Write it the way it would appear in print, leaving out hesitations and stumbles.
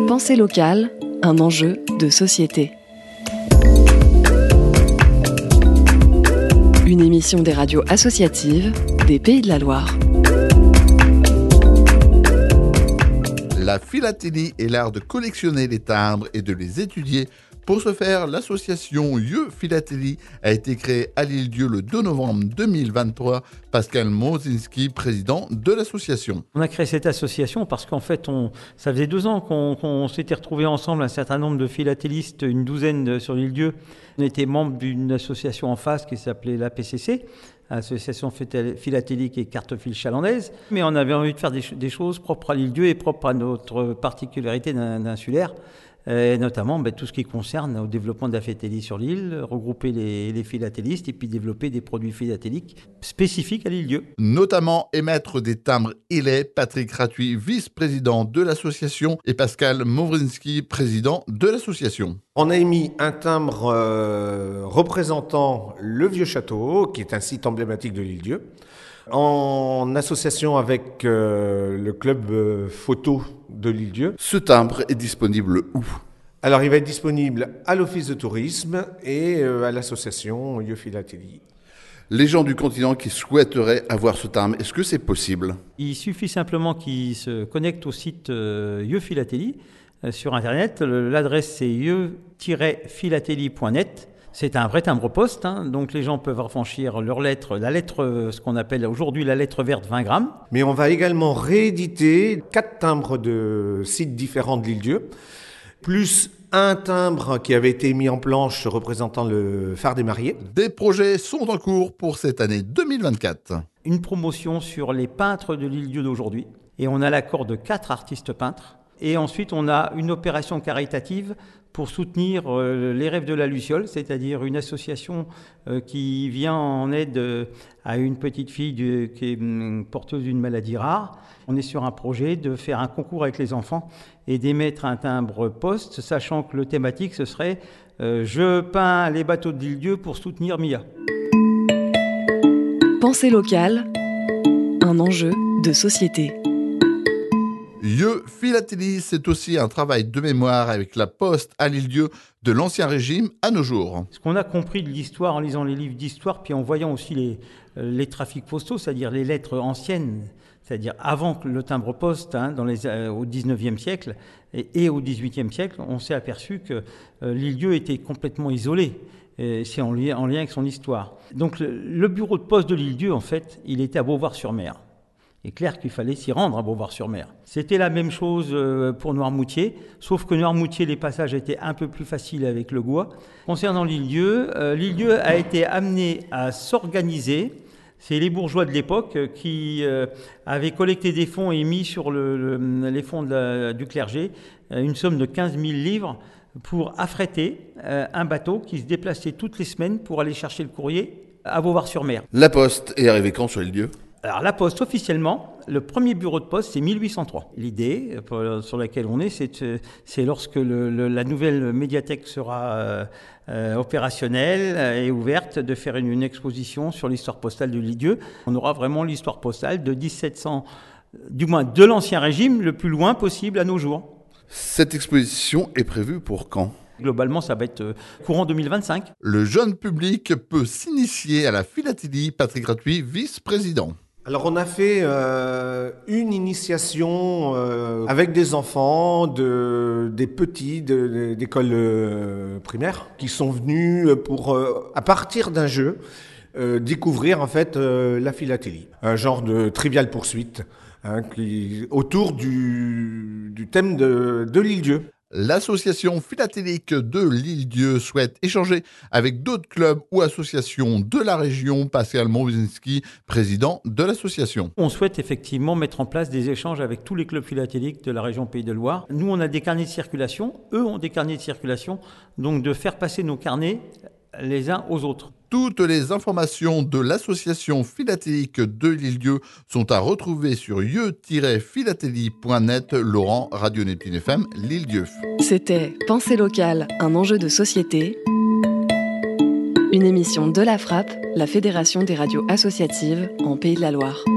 Pensée locale, un enjeu de société. Une émission des radios associatives des Pays de la Loire. La philatélie est l'art de collectionner les timbres et de les étudier. Pour ce faire, l'association Yeux Philatélie a été créée à l'Île-Dieu le 2 novembre 2023. Pascal Mozinski, président de l'association. On a créé cette association parce qu'en fait, ça faisait 2 ans qu'on s'était retrouvés ensemble, un certain nombre de philatélistes, une douzaine sur l'Île-Dieu. On était membre d'une association en face qui s'appelait l'APCC, Association Philatélique et Cartophile Chalandaise. Mais on avait envie de faire des choses propres à l'Île-Dieu et propres à notre particularité d'insulaire. Et notamment tout ce qui concerne au développement de la philatélie sur l'île, regrouper les philatélistes et puis développer des produits philatéliques spécifiques à l'Île-Dieu. Notamment émettre des timbres îlets. Patrick Ratuy, vice-président de l'association, et Pascal Mozinski, président de l'association. On a émis un timbre représentant le Vieux Château, qui est un site emblématique de l'Île-Dieu, en association avec le club photo de l'Île-Dieu. Ce timbre est disponible où ? Alors, il va être disponible à l'Office de tourisme et à l'association Yeux Philatélie. Les gens du continent qui souhaiteraient avoir ce timbre, est-ce que c'est possible ? Il suffit simplement qu'ils se connectent au site Yeux Philatélie sur Internet. L'adresse, c'est yeux-philatélie.net. C'est un vrai timbre-poste, donc les gens peuvent affranchir leur lettre, ce qu'on appelle aujourd'hui la lettre verte 20 grammes. Mais on va également rééditer 4 timbres de sites différents de l'Île-Dieu, plus un timbre qui avait été mis en planche représentant le phare des mariés. Des projets sont en cours pour cette année 2024. Une promotion sur les peintres de l'Île-Dieu d'aujourd'hui, et on a l'accord de 4 artistes peintres. Et ensuite, on a une opération caritative pour soutenir les rêves de la Luciole, c'est-à-dire une association qui vient en aide à une petite fille qui est porteuse d'une maladie rare. On est sur un projet de faire un concours avec les enfants et d'émettre un timbre poste, sachant que le thématique, ce serait « Je peins les bateaux de l'Île-Dieu pour soutenir Mia ». Pensée locale, un enjeu de société. Yeux Philatélie, c'est aussi un travail de mémoire avec la poste à l'Île-Dieu de l'Ancien Régime à nos jours. Ce qu'on a compris de l'histoire en lisant les livres d'histoire, puis en voyant aussi les trafics postaux, c'est-à-dire les lettres anciennes, c'est-à-dire avant le timbre-poste, au XIXe siècle et au XVIIIe siècle, on s'est aperçu que l'Île-Dieu était complètement isolé. C'est en lien avec son histoire. Donc le bureau de poste de l'Île-Dieu, en fait, il était à Beauvoir-sur-Mer. Il est clair qu'il fallait s'y rendre à Beauvoir-sur-Mer. C'était la même chose pour Noirmoutier, sauf que Noirmoutier, les passages étaient un peu plus faciles avec le Gois. Concernant l'Île-Dieu, l'Île-Dieu a été amené à s'organiser. C'est les bourgeois de l'époque qui avaient collecté des fonds et mis sur les fonds du clergé une somme de 15 000 livres pour affréter un bateau qui se déplaçait toutes les semaines pour aller chercher le courrier à Beauvoir-sur-Mer. La poste est arrivée quand sur l'Île-Dieu ? Alors la poste, officiellement, le premier bureau de poste, c'est 1803. L'idée sur laquelle on est, c'est lorsque la nouvelle médiathèque sera opérationnelle et ouverte, de faire une exposition sur l'histoire postale de l'Île-Dieu. On aura vraiment l'histoire postale de 1700, du moins de l'Ancien Régime, le plus loin possible à nos jours. Cette exposition est prévue pour quand ? Globalement, ça va être courant 2025. Le jeune public peut s'initier à la philatélie. Patrick Ratuy, vice-président. Alors on a fait une initiation avec des enfants, des petits d'école primaire qui sont venus pour, à partir d'un jeu, découvrir en fait la philatélie. Un genre de trivial poursuite autour du thème de l'Île-Dieu. L'association philatélique de l'Île-Dieu souhaite échanger avec d'autres clubs ou associations de la région. Pascal Mozinski, président de l'association. On souhaite effectivement mettre en place des échanges avec tous les clubs philatéliques de la région Pays de Loire. Nous, on a des carnets de circulation, eux ont des carnets de circulation, donc de faire passer nos carnets les uns aux autres. Toutes les informations de l'association philatélique de l'Île-Dieu sont à retrouver sur yeux-philatélie.net. Laurent, Radio Neptune FM, l'Île-Dieu. C'était Pensée locale, un enjeu de société. Une émission de la FRAP, la Fédération des radios associatives en Pays de la Loire.